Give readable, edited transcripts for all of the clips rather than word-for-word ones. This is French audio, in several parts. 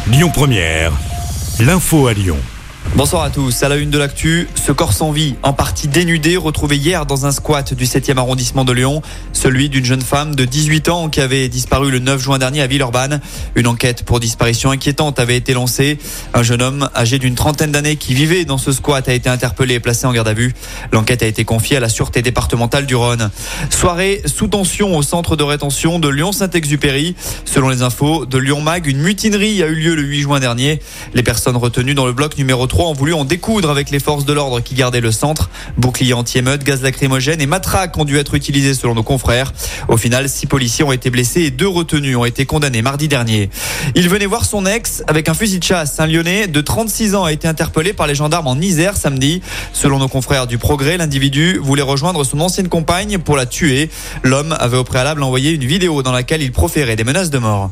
Lyon Première, l'info à Lyon. Bonsoir à tous. À la une de l'actu, ce corps sans vie, en partie dénudé, retrouvé hier dans un squat du 7e arrondissement de Lyon. Celui d'une jeune femme de 18 ans qui avait disparu le 9 juin dernier à Villeurbanne. Une enquête pour disparition inquiétante avait été lancée. Un jeune homme âgé d'une trentaine d'années qui vivait dans ce squat a été interpellé et placé en garde à vue. L'enquête a été confiée à la Sûreté départementale du Rhône. Soirée sous tension au centre de rétention de Lyon-Saint-Exupéry. Selon les infos de Lyon Mag, une mutinerie a eu lieu le 8 juin dernier. Les personnes retenues dans le bloc numéro 3 ont voulu en découdre avec les forces de l'ordre qui gardaient le centre. Boucliers anti-émeute, gaz lacrymogène et matraques ont dû être utilisés selon nos confrères. Au final, 6 policiers ont été blessés et 2 retenus ont été condamnés mardi dernier. Il venait voir son ex avec un fusil de chasse. Un Lyonnais de 36 ans a été interpellé par les gendarmes en Isère samedi. Selon nos confrères du Progrès, l'individu voulait rejoindre son ancienne compagne pour la tuer. L'homme avait au préalable envoyé une vidéo dans laquelle il proférait des menaces de mort.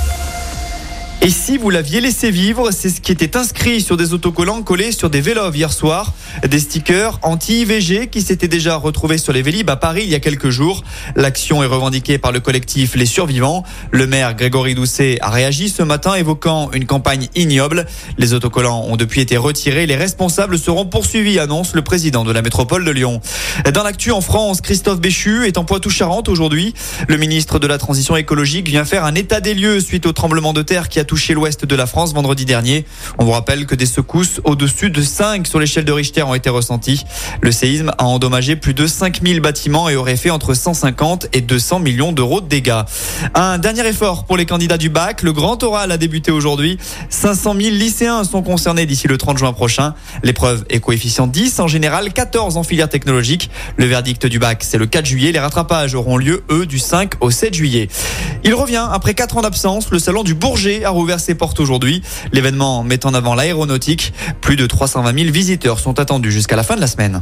Et si vous l'aviez laissé vivre, c'est ce qui était inscrit sur des autocollants collés sur des vélos hier soir. Des stickers anti-IVG qui s'étaient déjà retrouvés sur les Vélib à Paris il y a quelques jours. L'action est revendiquée par le collectif Les Survivants. Le maire Grégory Doucet a réagi ce matin évoquant une campagne ignoble. Les autocollants ont depuis été retirés. Les responsables seront poursuivis, annonce le président de la métropole de Lyon. Dans l'actu en France, Christophe Béchu est en Poitou-Charentes aujourd'hui. Le ministre de la Transition écologique vient faire un état des lieux suite au tremblement de terre qui a touché l'ouest de la France vendredi dernier. On vous rappelle que des secousses au-dessus de 5 sur l'échelle de Richter ont été ressenties. Le séisme a endommagé plus de 5000 bâtiments et aurait fait entre 150 et 200 millions d'euros de dégâts. Un dernier effort pour les candidats du bac. Le grand oral a débuté aujourd'hui. 500 000 lycéens sont concernés d'ici le 30 juin prochain. L'épreuve est coefficient 10 en général, 14 en filière technologique. Le verdict du bac, c'est le 4 juillet. Les rattrapages auront lieu, eux, du 5 au 7 juillet. Il revient après 4 ans d'absence. Le salon du Bourget a ouvert ses portes aujourd'hui. L'événement met en avant l'aéronautique. Plus de 320 000 visiteurs sont attendus jusqu'à la fin de la semaine.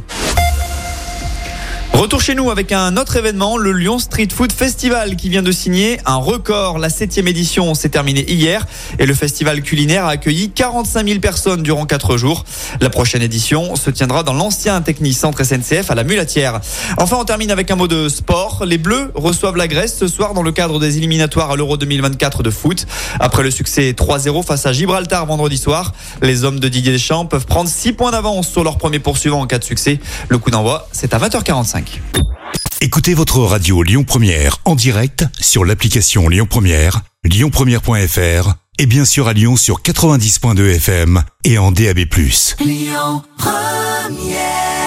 Retour chez nous avec un autre événement, le Lyon Street Food Festival qui vient de signer un record. La 7e édition s'est terminée hier et le festival culinaire a accueilli 45 000 personnes durant 4 jours. La prochaine édition se tiendra dans l'ancien Technicentre SNCF à la Mulatière. Enfin, on termine avec un mot de sport. Les Bleus reçoivent la Grèce ce soir dans le cadre des éliminatoires à l'Euro 2024 de foot. Après le succès 3-0 face à Gibraltar vendredi soir, les hommes de Didier Deschamps peuvent prendre 6 points d'avance sur leur premier poursuivant en cas de succès. Le coup d'envoi, c'est à 20h45. Écoutez votre radio Lyon Première en direct sur l'application Lyon Première, lyonpremière.fr et bien sûr à Lyon sur 90.2 FM et en DAB+. Lyon Première.